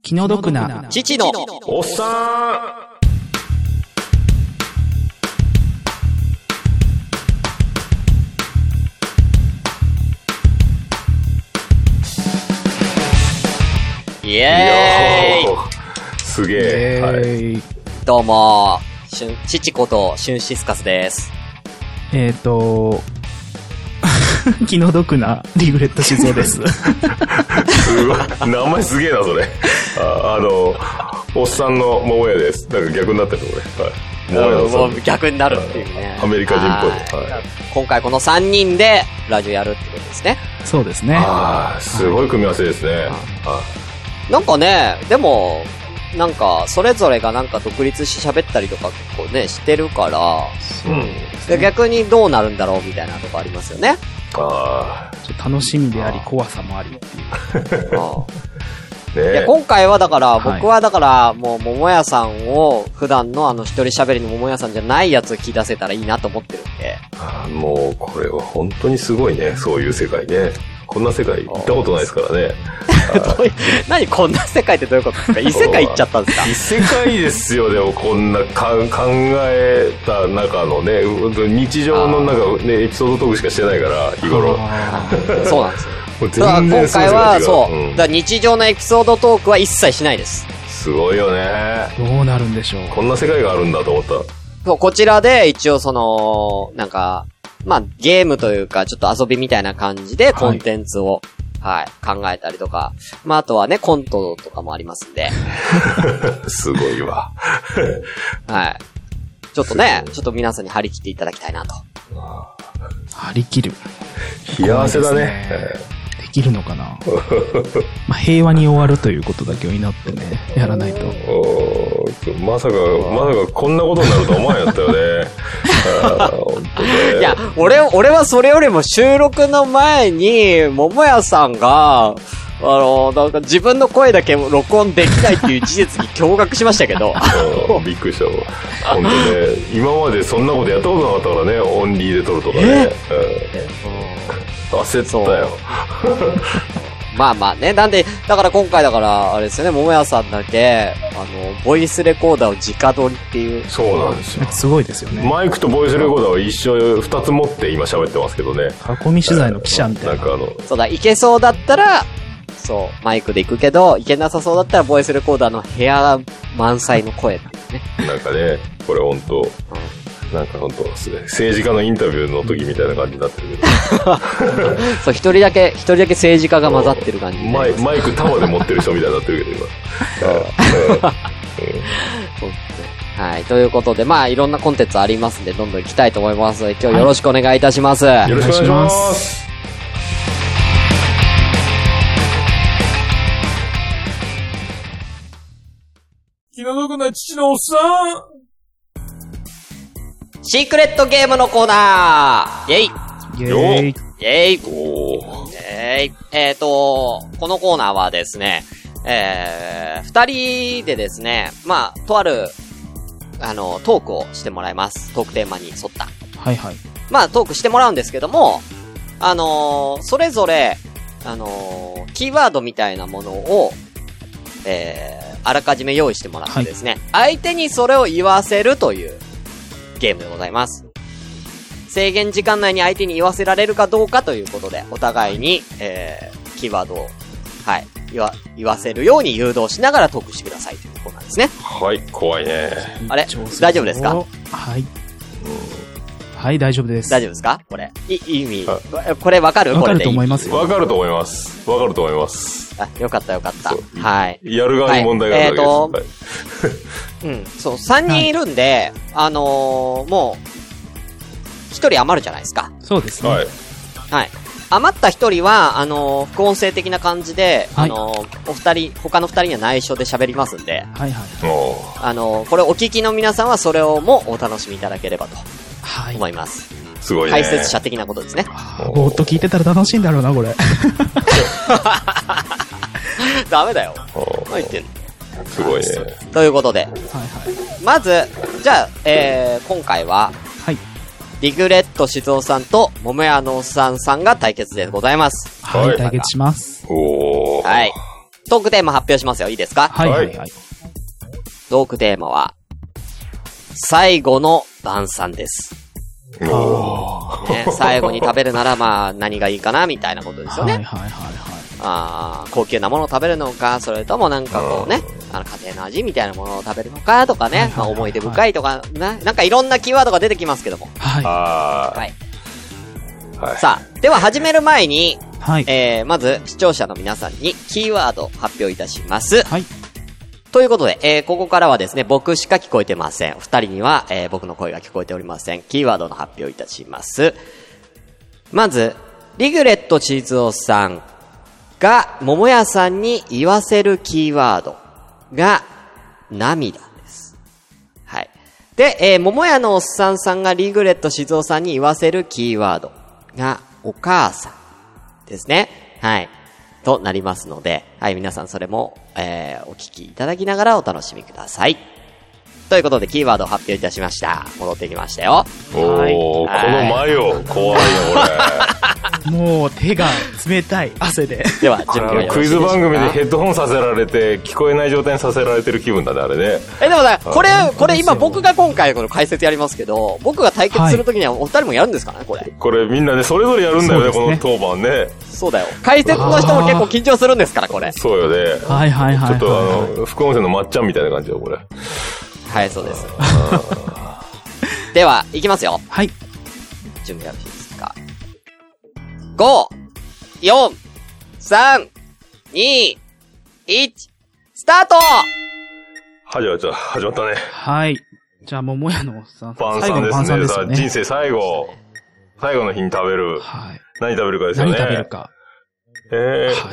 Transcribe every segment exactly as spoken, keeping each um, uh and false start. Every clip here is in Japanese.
気の毒な父のおっさん。 イエーイ。 すげえ。はい。 どうも、しゅん、父ことシュンシスカスです。 えーと、気の毒なリグレット静雄です。すごい。名前すげえな、それ。あ、あの、おっさんの桃屋です。なんか逆になってる、これ。はい。 桃屋のさん。もう逆になるっていうね。 アメリカ人っぽい。はい。 今回このさんにんでラジオやるってことですね。 そうですね。 ああ、すごい組み合わせですね。はい。 なんかね、でも、なんか、それぞれがなんか独立して喋ったりとか結構ね、してるから、うん。で、逆にどうなるんだろうみたいなとこありますよね。 ああ。 ちょっと楽しみであり、怖さもありっていう。 あね、いや今回はだから、僕はだから、もう、桃屋さんを、普段のあの一人喋りの桃屋さんじゃないやつを聞き出せたらいいなと思ってるんで。 ああ、もう、これは本当にすごいね、そういう世界ね。こんな世界行ったことないですからね。 何こんな世界ってどういうことですか？異世界行っちゃったんですか？ 異世界ですよ。でもこんなか考えた中のね、日常の中ね、エピソードトークしかしてないから日頃。 そうなんですよ。全然今回はそう、うん、だ日常のエピソードトークは一切しないです。 すごいよね。 どうなるんでしょう。 こんな世界があるんだと思った。 そう、こちらで一応そのなんかまあゲームというかちょっと遊びみたいな感じでコンテンツを、はい、はい、考えたりとか、まああとはねコントとかもありますんで。 すごいわ。 はい。ちょっとね、ちょっと皆さんに張り切っていただきたいなと。 張り切る。 冷や汗だね。 できるのかな。まあ平和に終わるということだけを祈ってね、やらないと。 まさか、まさかこんなことになるとは思わんやったよね。本当ね。 いや、俺、俺はそれよりも収録の前に、桃屋さんが、あの、なんか自分の声だけ録音できないっていう事実に驚愕しましたけど。 びっくりしたわ。本当ね、今までそんなことやったことなかったからね、オンリーで撮るとかね。焦ったよ。 まあまあね、なんで、だから今回だから、あれですよね、桃屋さんだけ、あの、ボイスレコーダーを直撮りっていう。 そうなんですよ。 すごいですよね。 マイクとボイスレコーダーを一緒、二つ持って今喋ってますけどね。 囲み取材の記者みたいな。 なんかあの、 そうだ、いけそうだったら、そう、マイクで行くけど、いけなさそうだったらボイスレコーダーの部屋満載の声なんですね。 なんかね、これほんと、うんなんか本当政治家のインタビューの時みたいな感じになってるけどそう、一人だけ、一人だけ政治家が混ざってる感じ。 マイ、マイク束で持ってる人みたいになってるけど、 今。そうですね。はい。ということで、まあ、いろんなコンテンツありますんで、どんどん行きたいと思いますので、今日よろしくお願いいたします。はい、 よろしくお願いします。 気の毒な父のおっさんシークレットゲームのコーナーイェイイェイイェイおーえー、えーと、このコーナーはですね、えー、二人でですね、まあ、とある、あの、トークをしてもらいます。トークテーマに沿った。 はいはい。 まあ、トークしてもらうんですけども、あのー、それぞれ、あのー、キーワードみたいなものを、えー、あらかじめ用意してもらってですね、はい、相手にそれを言わせるという、ゲームでございます。制限時間内に相手に言わせられるかどうかということで、お互いに、えー、キーワードを、はい、言わ、言わせるように誘導しながらトークしてくださいということなんですね。 はい、怖いね。 あれ大丈夫ですか？ はい。はい、大丈夫です。 大丈夫ですかこれ。い、意味。これわかるわかると思いますよ。 わかると思います。わかると思います。 あ、よかったよかった。はい。 やる側に問題があるわけです。 はい、えーと、うん、そう、さんにんいるんで、はい、あのー、もう、ひとり余るじゃないですか。 そうですね。 はい。 はい。余ったひとりは、あのー、副音声的な感じで、はい、あのー、お二人、他の二人には内緒で喋りますんで、 はいはい。 あのー、これお聞きの皆さんはそれをもお楽しみいただければと、思います。 はいすごいね。 解説者的なことですね。 ぼーっと聞いてたら楽しいんだろうな、これ。 ダメだよ。何言ってんの？ すごいね。 ということで。はいはい。まず、じゃあ、えー、今回は、 はい。 リグレット静雄さんと桃屋のおっさんさんが対決でございます。 はい、対決します。 おー。 はい。 トークテーマ発表しますよ。いいですか？ はいはいはい。 トークテーマは、最後の晩餐です。 おね、最後に食べるならまあ何がいいかなみたいなことですよね。 はいはいはいはい。 あ高級なものを食べるのか、それともなんかこうね、あの家庭の味みたいなものを食べるのかとかね、はいはいはいはい、まあ思い出深いとかね、なんかいろんなキーワードが出てきますけども。 はい。 はい。はい、さあ、では始める前に、はい、えー、まず視聴者の皆さんにキーワードを発表いたします。はい。ということで、えー、ここからはですね、僕しか聞こえてません。二人には、えー、僕の声が聞こえておりません。キーワードの発表いたします。まず、リグレットチーズオさんが、桃屋さんに言わせるキーワードが、涙です。はい。で、えー、桃屋のおっさんさんがリグレット静雄さんに言わせるキーワードが、お母さんですね。はい。となりますので、はい、皆さんそれも、えー、お聞きいただきながらお楽しみください。ということで、キーワードを発表いたしました。戻ってきましたよ。 おー、はい、この前よ。怖いよ、これ。もう、手が冷たい、汗で。 では、準備はよろしいでしょうか。 クイズ番組でヘッドホンさせられて、聞こえない状態にさせられてる気分だね、あれね。 え、でもね、これ、これ今僕が今回この解説やりますけど、僕が対決するときにはお二人もやるんですかね、これ。 これみんなね、それぞれやるんだよね、この当番ね。 そうだよ。解説の人も結構緊張するんですから、これ。 そうよね。 はいはいはい。 ちょっとあの、副音声のまっちゃんみたいな感じよ、これ。 はい、そうです。では、いきますよ。 はい。 準備よろしいですか。ご、よん、さん、に、いち、スタート。 始まった、始まったね。 はい。じゃあ、桃屋のおっさん。 晩餐ですね。さあ、人生最後、最後の日に食べる。はい。何食べるかですよね。 何食べるか。 えー、はい、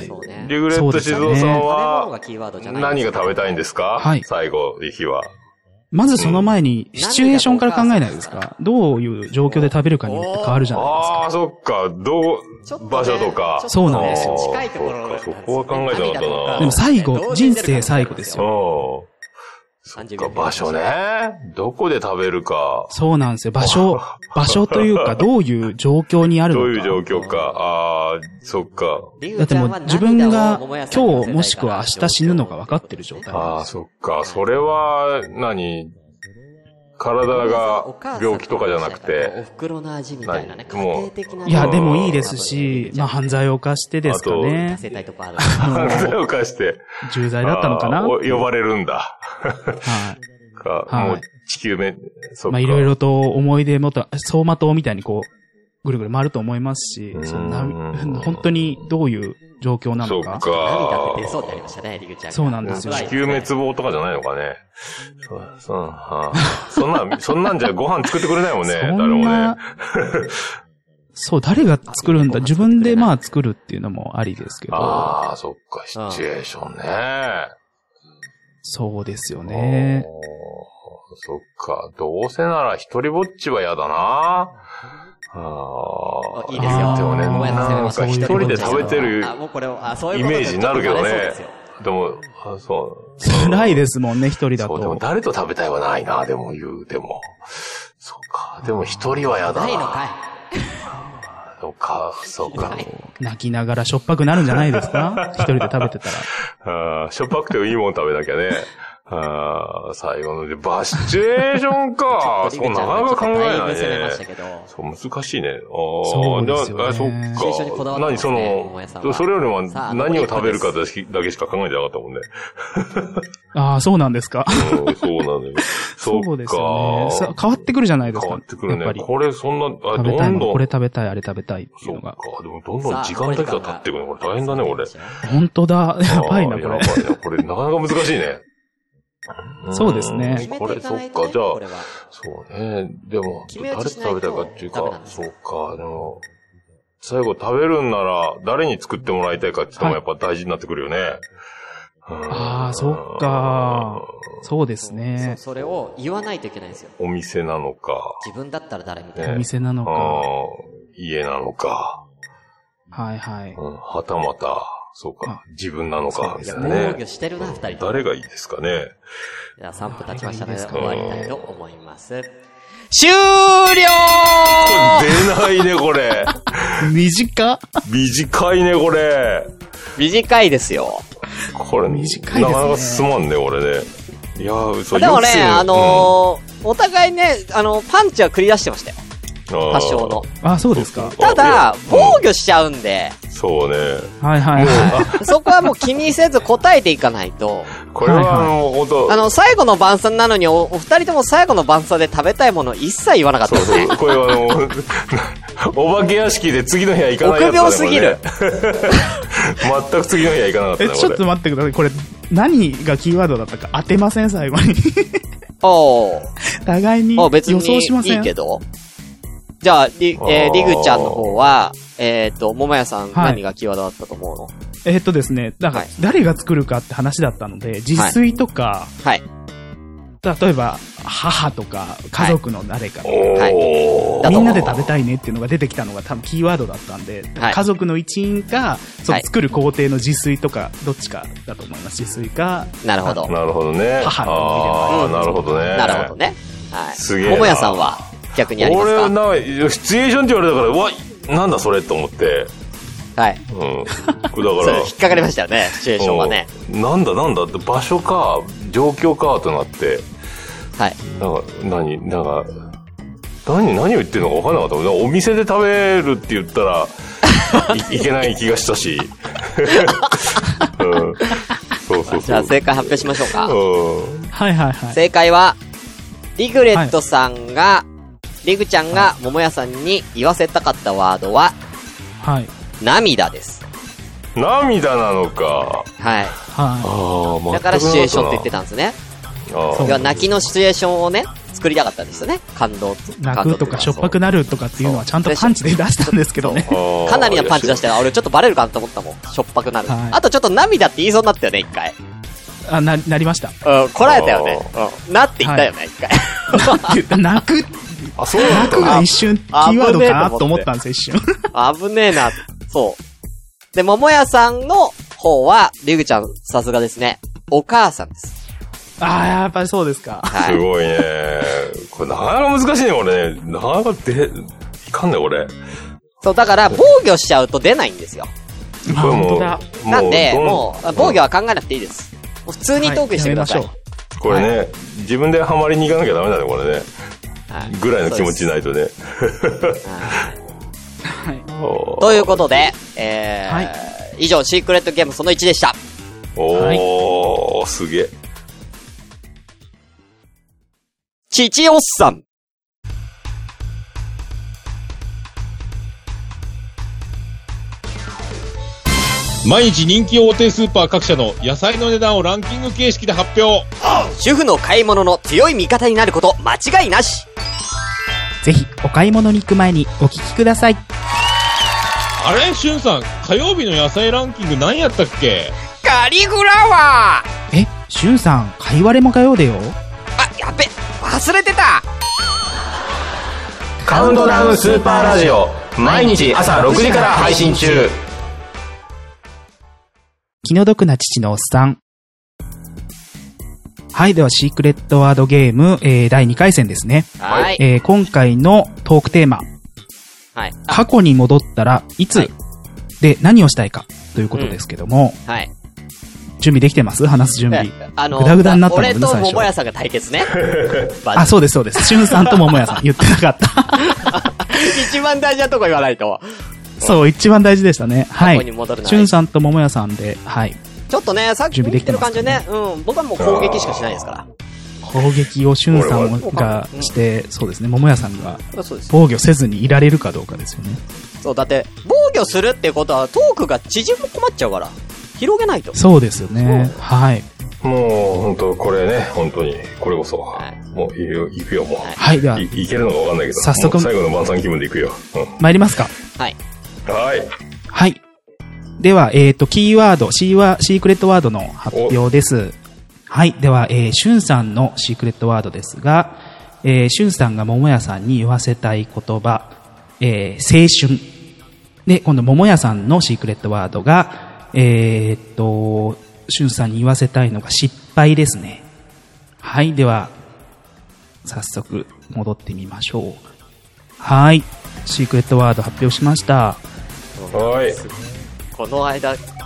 リグレット静雄さんは、何が食べたいんですか？はい。最後、日は。 まずその前に、シチュエーションから考えないですか？どういう状況で食べるかによって変わるじゃないですか。 ああ、そっか。どう、場所とか。 そうなんですよ。 近いところ。 そこは考えてなかったな。 でも最後、人生最後ですよ。 そっか、場所ね。どこで食べるか。 そうなんですよ。場所、場所というか、どういう状況にあるのか。 どういう状況か。ああ、そっか。 だってもう自分が今日もしくは明日死ぬのが分かってる状態。 ああ、そっか。それは何、体が病気とかじゃなくて。 お袋の味みたいなね。家庭的な。 いや、でもいいですし、まあ犯罪を犯してですかね。 犯罪を犯して。 重罪だったのかな？ 呼ばれるんだ。はい。か、はい、もう地球目、 そっか。まあいろいろと思い出もと、走馬灯みたいにこう、ぐるぐる回ると思いますし、そんな、本当にどういう状況なのか。 そうか。 涙って出そうってありましたね、リグちゃん。 そうなんですよ。 地球滅亡とかじゃないのかね。そ、そ、はあ、そんな、そんなんじゃご飯作ってくれないもんね、誰もね。 そう、誰が作るんだ？自分でまあ作るっていうのもありですけど。 ああ、そっか、シチュエーションね。 そうですよね。 そっか、どうせなら一人ぼっちは嫌だな。ああ、いいですよ。 でもね、なんか一人で食べてるイメージになるけどね。でも、あ、そう。 辛いですもんね、一人だと。そう、 でも誰と食べたいはないな、でも言う、でも。そうか、でも一人は嫌だな。ないのかい。そうか、そうか。 泣きながらしょっぱくなるんじゃないですか？一人で食べてたら。あ、しょっぱくてもいいもん食べなきゃね。あ最後ので、バシチュエーションか。そう、なかなか考えないね。そう、難しいね。ああ、 そうですよね。 あ、そっか。何、その、それよりも何を食べるかだけしか考えてなかったもんね。 ああ、そうなんですか。 うん、そうなんだよ。 そうですよね。変わってくるじゃないですか。 変わってくるね。これ、そんな、あ、 どんどん。これ食べたい、あれ食べたいっていうのが。 そうか。でも、どんどん時間だけが経っていくね。これ大変だね、これ。 本当だ。やばいな、これ。やばいな。これ、なかなか難しいね。 そうですね。 これ、そっか、じゃあ、そうね。でも、誰と食べたいかっていうか、そうか、でも、最後食べるんなら、誰に作ってもらいたいかっていうのもやっぱ大事になってくるよね。 ああ、そっか。そうですね。 それを言わないといけないんですよ。 お店なのか。 自分だったら誰みたいな。 お店なのか。 家なのか。 はいはい。 はたまた。そうか。自分なのか。 いや、防御してるな、二人。 誰がいいですかね。 じゃあさんぷん経ちましたので終わりたいと思います。終了出ないね、これ。 短っ短いね、これ。 短いですよ。 これ、短いですね。なかなか進まんね、俺ね。いやー、そう、 でもね、あのー、うん、お互いね、あの、パンチは繰り出してましたよ。多少の。 あ、そうですか。 ただ、防御しちゃうんで。 そうね。 はいはいはい。 そこはもう気にせず答えていかないと。 これはあの、本当あの、最後の晩餐なのにお、お二人とも最後の晩餐で食べたいもの一切言わなかったですね。 そうそう。これはあの、お化け屋敷で次の部屋行かないやつだね。 臆病すぎる。 全く次の部屋行かなかったね。 え、ちょっと待ってください。これ、何がキーワードだったか当てません最後に。 おー。 互いに予想しません。 いいけど。じゃあ、り、えー、りぐちゃんの方は、えっと、桃屋さん、何がキーワードだったと思うの？はい、 えー、っとですね、だから、誰が作るかって話だったので、自炊とか、 はい。 例えば、母とか、家族の誰かとか、 はい。 みんなで食べたいねっていうのが出てきたのが多分キーワードだったんで、はい、家族の一員か、その作る工程の自炊とか、どっちかだと思います。自炊か。 なるほど。 なるほどね。 母の思い出のある。なるほどね。 なるほどね。はい。 すげえ。 桃屋さんは逆にありますか？ 俺な、シチュエーションって言われたから、うわ、なんだそれと思って。 はい。 うん。だから。 引っかかりましたよね、シチュエーションはね。 なんだなんだって場所か、状況かとなって。 はい。 なんか、何、なんか、何、何を言ってるのか分からなかった。お店で食べるって言ったらい、いけない気がしたし。うん、そうそうそう。 じゃあ正解発表しましょうか。 うん、 はいはいはい。 正解は、リグレットさんが、はい、リグちゃんが桃屋さんに言わせたかったワードは、 はい。 涙です。 涙なのか。 はい。 はい。 ああ、 だからシチュエーションって言ってたんですね。いや、泣きのシチュエーションをね、作りたかったんですよね。感動。 泣くとかしょっぱくなるとかっていうのはちゃんとパンチで出したんですけどね。 かなりのパンチ出したら、俺ちょっとバレるかなと思ったもん。しょっぱくなる。はい、あとちょっと涙って言いそうになったよね、一回。 あ、な、なりました。 うん、こらえたよね。うん。なって言ったよね、一回。泣く。 あ、そうなんだ。 泣くが一瞬、キーワードかなと思ったんですよ、一瞬。 危ねえな。そう。で、桃屋さんの方は、リグちゃん、さすがですね。お母さんです。 ああ、やっぱりそうですか。 はい、 すごいね。これなかなか難しいね、俺ね。なかなか出、いかんね、俺。 そう、だから、防御しちゃうと出ないんですよ。 あ、本当だ。 なんで、もう、防御は考えなくていいです。普通にトークしてください。はい、 これね、はい、自分でハマりに行かなきゃダメだね、これね。はい、ぐらいの気持ちないとね。 はい。ということで、えー、はい、以上、シークレットゲームそのいちでした。 おー、はい、すげえ。 父おっさん。 毎日人気大手スーパー各社の野菜の値段をランキング形式で発表。 主婦の買い物の強い味方になること間違いなし。 ぜひお買い物に行く前にお聞きください。 あれ、しゅんさん、火曜日の野菜ランキング何やったっけ？ カリフラワー。え、しゅんさん、買い割れも火曜でよ。 あ、やべ、忘れてた。 カウントダウンスーパーラジオ、毎日朝ろくじから配信中。 気の毒な父のおっさん。はい、ではシークレットワードゲーム、えー、だいにかい戦ですね。 はい、 えー。今回のトークテーマ。 はい。 過去に戻ったらいつ、はい、で何をしたいかということですけども。 うん、はい。 準備できてます？話す準備。 あの、 グダグダになったのでね、 俺と桃屋さんが対決ね。 あ、そうですそうです。しゅんさんと桃屋さん言ってなかった。 一番大事なとこ言わないと。 そう、一番大事でしたね。はい。 過去に戻るな。 しゅんさんと桃屋さんで、はい。 ちょっとね、さっき見てる感じでね、うん、僕はもう攻撃しかしないですから。 攻撃をしゅんさんがして、うん、そうですね、桃屋さんが防御せずにいられるかどうかですよね。 そう、だって防御するってことはトークが縮む困っちゃうから、広げないと。 そうですよね。はい。 もう本当これね、本当にこれこそ、はい、もういくよ、いくよもう。 はい、ではい, いけるのかわかんないけど、 早速最後の晩餐気分でいくよ。 うん、参りますか。 はい。 はい。 はい。では、えっと、キーワード、シーワ、シークレットワードの発表です。はい。では、えー、しゅんさんのシークレットワードですが、えー、しゅんさんが桃屋さんに言わせたい言葉、えー、青春。で、今度桃屋さんのシークレットワードが、えー、っと、しゅんさんに言わせたいのが失敗ですね。はい。では、早速戻ってみましょう。はい。シークレットワード発表しました。 はい。 この間、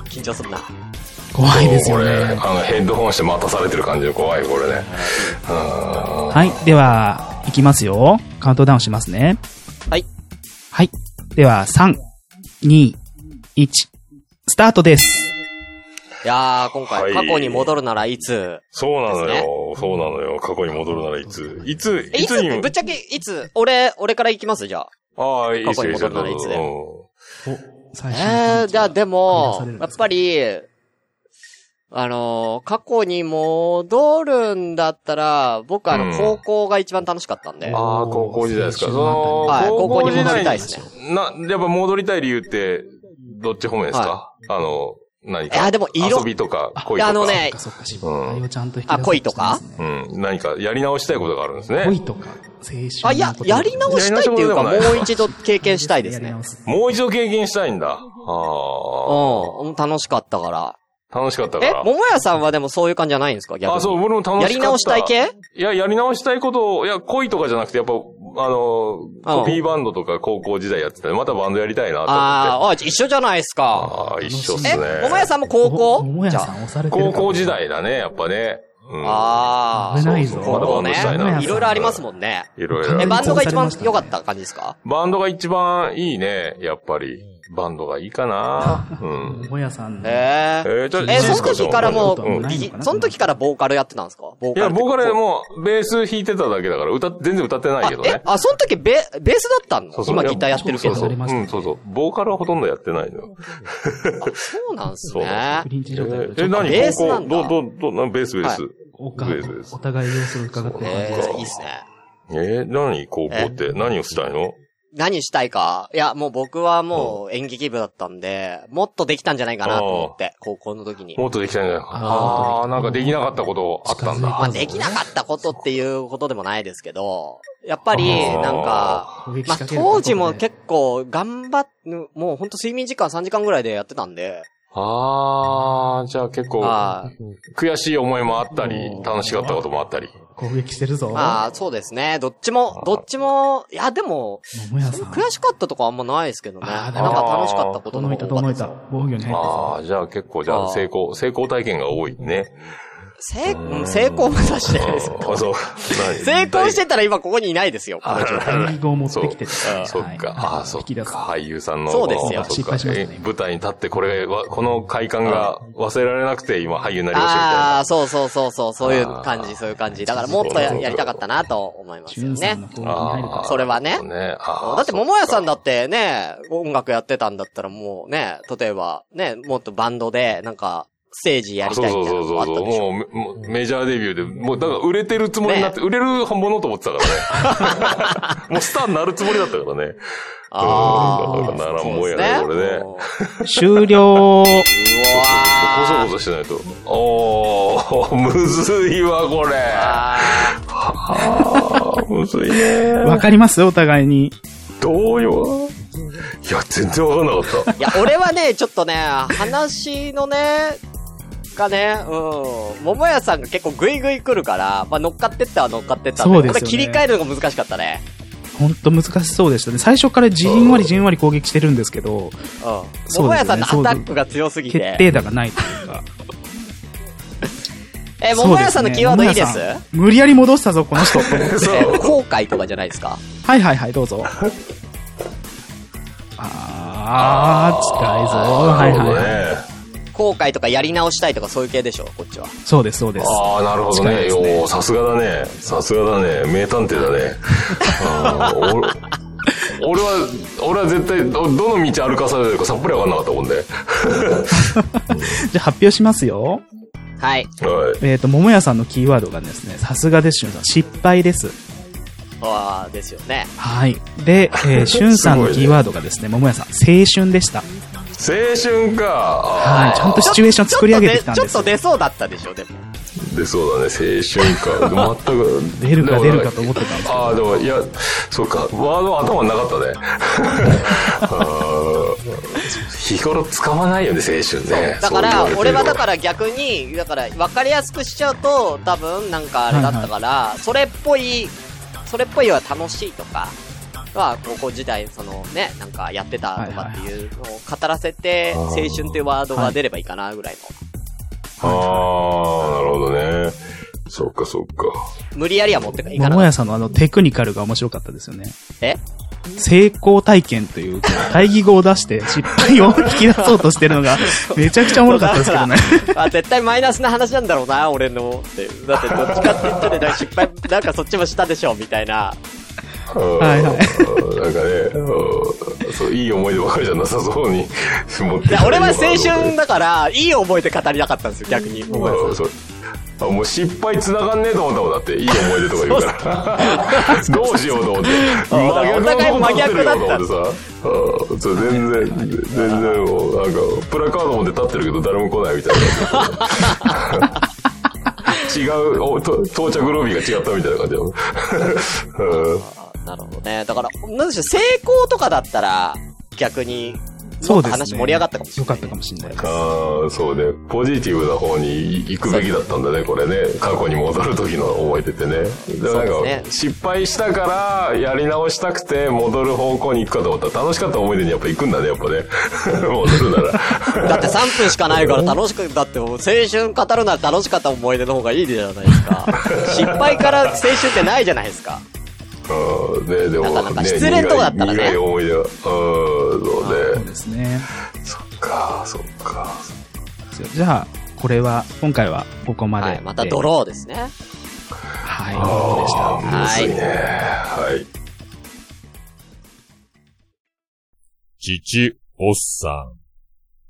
緊張するな。 怖いですよね。 あの、ヘッドホンして待たされてる感じの怖い、これね。 はい。では、いきますよ。カウントダウンしますね。 はい。 はい。では、さん、に、いち、スタートです。 いやー、今回、過去に戻るならいつ、 そうなのよ。そうなのよ。過去に戻るならいつ。いつ、 いつに。ぶっちゃけ、いつ、俺、俺から行きますじゃあ。 ああ、いいですよ。 過去に戻るならいつで。 お、最初。 えー、じゃあでも、やっぱり、あのー、過去に戻るんだったら、僕あの、高校が一番楽しかったんで。うん、 ああ、高校時代ですか。その、 はい、高校に戻りたいですね。 な、やっぱ戻りたい理由って、どっち方面ですか、はい、あの、何か。 いや、でも色、 遊びとか、恋とか。 あのね、 うん、 あ、恋とかうん。何かやり直したいことがあるんですね。 恋とか、青春。 あ、いや、やり直したいっていうか、もう一度経験したいですね。 もう一度経験したいんだ。ああ。うん、楽しかったから。 楽しかったから。 え、桃屋さんはでもそういう感じじゃないんですか逆に。 あ、そう、俺も楽しかった。 やり直したい系いや、やり直したいことを、いや、恋とかじゃなくて、やっぱ、あの、コピーバンドとか高校時代やってたまたバンドやりたいなと思って。 ああ、一緒じゃないですか。 ああ、一緒っすね。 え、桃屋さんも高校桃屋さん押されてる。高校時代だね、やっぱね。 うん、ああ、 危ないぞ。 まだバンドしたいな。 いろいろありますもんね。 いろいろ。 え、バンドが一番良かった感じですか？ バンドが一番いいね、やっぱり。バンドがいいかな。うん。 桃屋さん。 えー、えー、じゃあ、え、その時からもう、うん、その時からボーカルやってたんですか？ボーカル。 いや、ボーカルもう、ベース弾いてただけだから、歌、全然歌ってないけどね。 え、あ、その時ベ、ベースだったの？そうそう、今ギターやってるけど。 そうそう、うん、そうそう。ボーカルはほとんどやってないのよ。 あ、そうなんすね。 え、何ベースなんだ。 ど、ど、ど、ど、ベース、ベース。 おか、お互い様子を伺って。 えー、いいっすね。 えー、何高校って何をしたいの？ 何したいか。いや、もう僕はもう演劇部だったんで、もっとできたんじゃないかなと思って、高校の時に。 もっとできたんじゃないかな。ああ、なんかできなかったことあったんだ。 まあできなかったことっていうことでもないですけど、やっぱり、なんか、まあ当時も結構頑張っ、もうほんと睡眠時間さんじかんぐらいでやってたんで。 ああ、じゃあ結構、悔しい思いもあったり、楽しかったこともあったり。 攻撃してるぞ。 ああ、そうですね。どっちも、どっちも、いや、でも、悔しかったとかあんまないですけどね。なんか楽しかったことの方が多かった。 防御に入ってさ。 ああ、じゃあ結構、じゃあ成功、成功体験が多いね。 成、成功もさしてないですか？そう。成功してたら今ここにいないですよ、彼女。 大語を持ってきてた。そっか。ああ、そっか。俳優さんの。 そうですよ。 失敗しましたね。 舞台に立ってこれ、この快感が忘れられなくて今俳優になりましたみたいな。 ああ、そうそうそうそう、そういう感じ、そういう感じ。だからもっとやりたかったなと思いますよね。それはね。だって桃屋さんだってね、音楽やってたんだったらもうね、例えばね、もっとバンドでなんか、ステージやりたいみたいなのがあったでしょ。 もう、もうメジャーデビューで、もう、だから売れてるつもりになって、ね、売れるものと思ってたからね。もうスターになるつもりだったからね。 ああ。 だからならんもんやね、これね。 終了。 うわー。 こそこそしないと。おー、むずいわ、これ。あー、むずいね。 わかりますお互いに。 どうよ。いや、全然わかんなかった。 いや、俺はね、ちょっとね、話のね、がね、うん。桃屋さんが結構グイグイ来るから、まあ、乗っかってったは乗っかってったんで、そうですよね。これ切り替えるのが難しかったね。 ほんと難しそうでしたね。最初からじんわりじんわり攻撃してるんですけど、うん。 桃屋さんのアタックが強すぎて。 決定打がないというか。 え、桃屋さんのキーワードいいです？ 無理やり戻したぞ、この人。 そう。後悔とかじゃないですか？ はいはいはい、どうぞ。あー、近いぞ。はいはい。 後悔とかやり直したいとかそういう系でしょ、こっちは。 そうです、そうです。 あー、なるほどね。よー、さすがだね。さすがだね。名探偵だね。あ俺, 俺は、俺は絶対ど、どの道歩かされるかさっぱりわかんなかったもんで。 じゃあ発表しますよ。 はい。 はい。 えっと、桃屋さんのキーワードがですね、さすがです、しゅんさん。失敗です。 ああ、ですよね。 はい。で、えー、しゅんさんのキーワードがですね、桃屋さん、青春でした。 青春か。 はい。ちゃんとシチュエーション作り上げてきたんですよ。 ちょっと出そうだったでしょ、でも。 出そうだね、青春か。全く。 出るか出るかと思ってたんですけど。 ああ、でも、いや、そうか。ワード頭なかったね。日頃使わないよね、青春ね。 だから、俺はだから逆に、だから分かりやすくしちゃうと、多分なんかあれだったから、はいはい、それっぽい、それっぽいは楽しいとか、 は、高校時代、そのね、なんかやってたとかっていうのを語らせて、青春っていうワードが出ればいいかな、ぐらいの。ああ、なるほどね。そっかそっか。 無理やりは持ってかいかな。 桃屋さんのあのテクニカルが面白かったですよね。 え成功体験という対義語を出して失敗を引き出そうとしてるのがめちゃくちゃおもろかったですけどね。 あ、絶対マイナスな話なんだろうな、俺の。って。だってどっちかって言ってね、失敗、なんかそっちもしたでしょ、みたいな。 はいはい。なんかね、そう、いい思い出ばかりじゃなさそうに持って。 いや、俺は青春だから、いい思い出語りたかったんですよ、逆に。 あ、もう失敗繋がんねえと思ったもんだって。いい思い出とか言うから。どうしようと思って。真逆のこと立ってるよと思ってさ。そう、全然、全然もう、なんか、プラカード持って立ってるけど誰も来ないみたいな。違うおと、到着ロビーが違ったみたいな感じだもん。 なるほどね。だから、なんでしょう、成功とかだったら、逆に、そうですね。話盛り上がったかもしれない、ね。 よかったかもしれない。 ああ、そうね。ポジティブな方に行くべきだったんだね、これね。過去に戻る時の思い出ってね。でなんか、ね、失敗したから、やり直したくて戻る方向に行くかと思ったら、楽しかった思い出にやっぱ行くんだね、やっぱね。戻るなら。 だってさんぷんしかないから楽しく、だって青春語るなら楽しかった思い出の方がいいじゃないですか。失敗から青春ってないじゃないですか。 うん、ね、でも、 なかなか失恋とかだったらね。 苦い思い出は。うん、そうね。 そうですね。 そっか、そっか。 じゃあ、これは、今回はここまで。はい、 またドローですね。 はい、ドローでした。 はい。むずいね。はい。 父、おっさん。